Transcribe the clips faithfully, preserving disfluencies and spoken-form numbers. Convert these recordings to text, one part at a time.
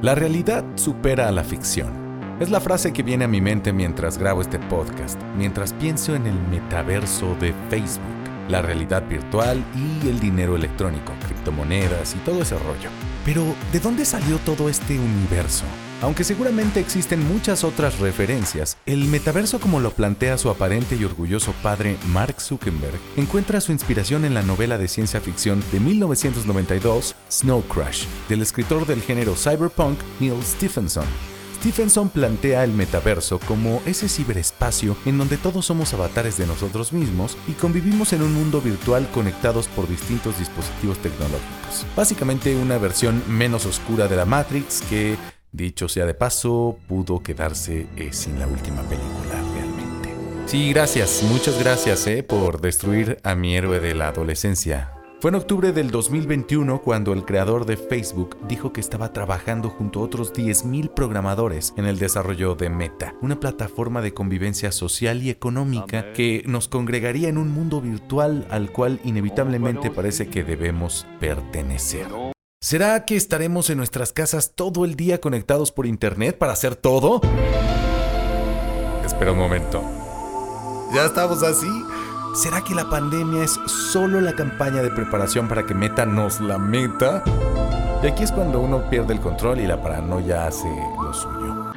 La realidad supera a la ficción. Es la frase que viene a mi mente mientras grabo este podcast, mientras pienso en el metaverso de Facebook, la realidad virtual y el dinero electrónico, criptomonedas y todo ese rollo. Pero, ¿de dónde salió todo este universo? Aunque seguramente existen muchas otras referencias, el metaverso como lo plantea su aparente y orgulloso padre Mark Zuckerberg encuentra su inspiración en la novela de ciencia ficción de mil novecientos noventa y dos, Snow Crash, del escritor del género cyberpunk Neal Stephenson. Stephenson plantea el metaverso como ese ciberespacio en donde todos somos avatares de nosotros mismos y convivimos en un mundo virtual conectados por distintos dispositivos tecnológicos. Básicamente una versión menos oscura de la Matrix que, dicho sea de paso, pudo quedarse eh, sin la última película realmente. Sí, gracias, muchas gracias eh, por destruir a mi héroe de la adolescencia. Fue en octubre del dos mil veintiuno cuando el creador de Facebook dijo que estaba trabajando junto a otros diez mil programadores en el desarrollo de Meta, una plataforma de convivencia social y económica que nos congregaría en un mundo virtual al cual inevitablemente parece que debemos pertenecer. ¿Será que estaremos en nuestras casas todo el día conectados por internet para hacer todo? Espera un momento. ¿Ya estamos así? ¿Será que la pandemia es solo la campaña de preparación para que Meta nos la meta? Y aquí es cuando uno pierde el control y la paranoia hace lo suyo.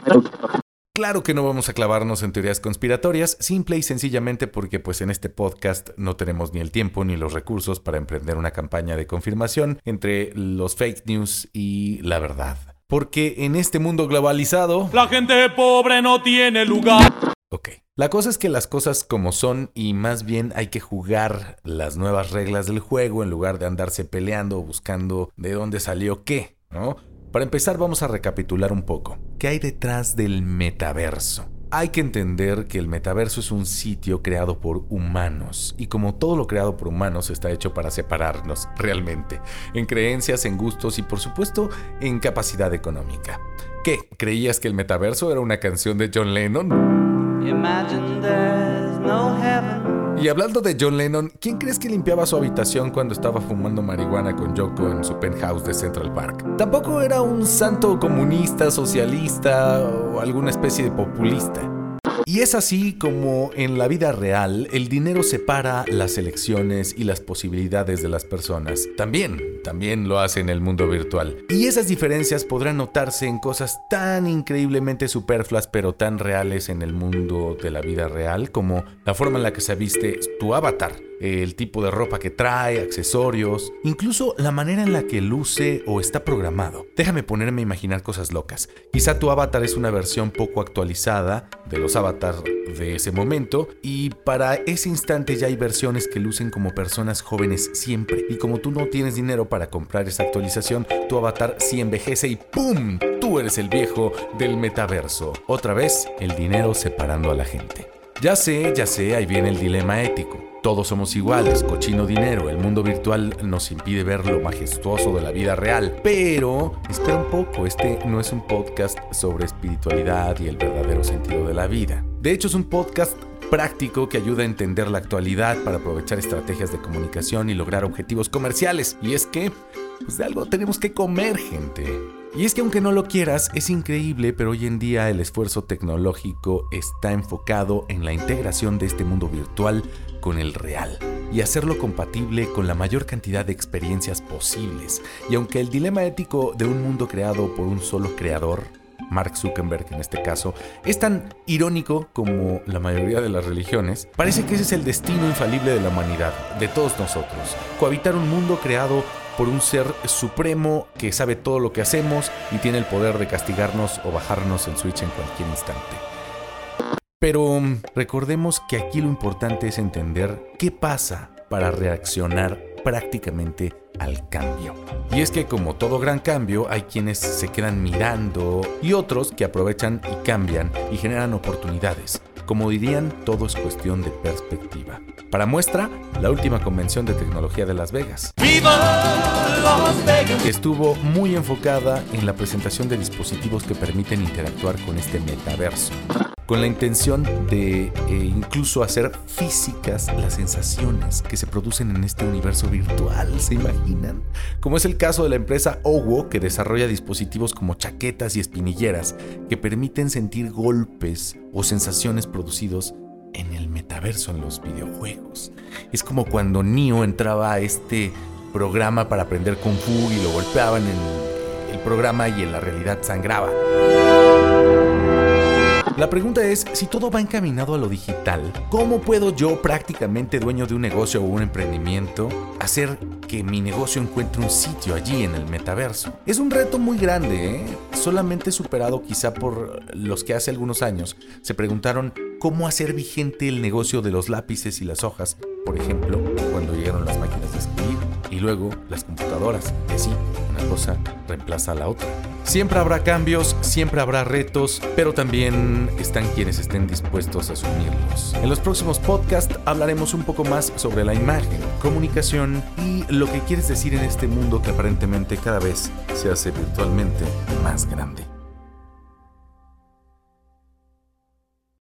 Claro que no vamos a clavarnos en teorías conspiratorias, simple y sencillamente porque pues en este podcast no tenemos ni el tiempo ni los recursos para emprender una campaña de confirmación entre los fake news y la verdad. Porque en este mundo globalizado, la gente pobre no tiene lugar. Ok. La cosa es que las cosas como son y más bien hay que jugar las nuevas reglas del juego en lugar de andarse peleando o buscando de dónde salió qué, ¿no? Para empezar vamos a recapitular un poco. ¿Qué hay detrás del metaverso? Hay que entender que el metaverso es un sitio creado por humanos y como todo lo creado por humanos está hecho para separarnos realmente, en creencias, en gustos y por supuesto en capacidad económica. ¿Qué? ¿Creías que el metaverso era una canción de John Lennon? Imagine there's no heaven. Y hablando de John Lennon, ¿quién crees que limpiaba su habitación cuando estaba fumando marihuana con Yoko en su penthouse de Central Park? Tampoco era un santo comunista, socialista o alguna especie de populista. Y es así como en la vida real el dinero separa las elecciones y las posibilidades de las personas. También, también lo hace en el mundo virtual. Y esas diferencias podrán notarse en cosas tan increíblemente superfluas pero tan reales en el mundo de la vida real como la forma en la que se viste tu avatar, el tipo de ropa que trae, accesorios, incluso la manera en la que luce o está programado. Déjame ponerme a imaginar cosas locas. Quizá tu avatar es una versión poco actualizada de los avatars de ese momento y para ese instante ya hay versiones que lucen como personas jóvenes siempre. Y como tú no tienes dinero para comprar esa actualización, tu avatar sí envejece y ¡pum! Tú eres el viejo del metaverso. Otra vez, el dinero separando a la gente. Ya sé, ya sé, ahí viene el dilema ético. Todos somos iguales, cochino dinero, el mundo virtual nos impide ver lo majestuoso de la vida real. Pero, espera un poco, este no es un podcast sobre espiritualidad y el verdadero sentido de la vida. De hecho, es un podcast práctico que ayuda a entender la actualidad para aprovechar estrategias de comunicación y lograr objetivos comerciales. Y es que, pues de algo tenemos que comer, gente. Y es que aunque no lo quieras, es increíble, pero hoy en día el esfuerzo tecnológico está enfocado en la integración de este mundo virtual con el real y hacerlo compatible con la mayor cantidad de experiencias posibles. Y aunque el dilema ético de un mundo creado por un solo creador, Mark Zuckerberg en este caso, es tan irónico como la mayoría de las religiones, parece que ese es el destino infalible de la humanidad, de todos nosotros, cohabitar un mundo creado por un ser supremo que sabe todo lo que hacemos y tiene el poder de castigarnos o bajarnos el switch en cualquier instante. Pero recordemos que aquí lo importante es entender qué pasa para reaccionar prácticamente al cambio. Y es que como todo gran cambio, hay quienes se quedan mirando y otros que aprovechan y cambian y generan oportunidades. Como dirían, todo es cuestión de perspectiva. Para muestra, la última convención de tecnología de Las Vegas. ¡Viva Las Vegas! Estuvo muy enfocada en la presentación de dispositivos que permiten interactuar con este metaverso. con la intención de eh, incluso hacer físicas las sensaciones que se producen en este universo virtual, ¿se imaginan? Como es el caso de la empresa Owo, que desarrolla dispositivos como chaquetas y espinilleras que permiten sentir golpes o sensaciones producidos en el metaverso, en los videojuegos. Es como cuando Neo entraba a este programa para aprender Kung Fu y lo golpeaban en el programa y en la realidad sangraba. La pregunta es, si todo va encaminado a lo digital, ¿cómo puedo yo, prácticamente dueño de un negocio o un emprendimiento, hacer que mi negocio encuentre un sitio allí en el metaverso? Es un reto muy grande, ¿eh? Solamente superado quizá por los que hace algunos años se preguntaron cómo hacer vigente el negocio de los lápices y las hojas, por ejemplo, cuando llegaron las máquinas de escribir y luego las computadoras, y así una cosa reemplaza a la otra. Siempre habrá cambios, siempre habrá retos, pero también están quienes estén dispuestos a asumirlos. En los próximos podcasts hablaremos un poco más sobre la imagen, comunicación y lo que quieres decir en este mundo que aparentemente cada vez se hace virtualmente más grande.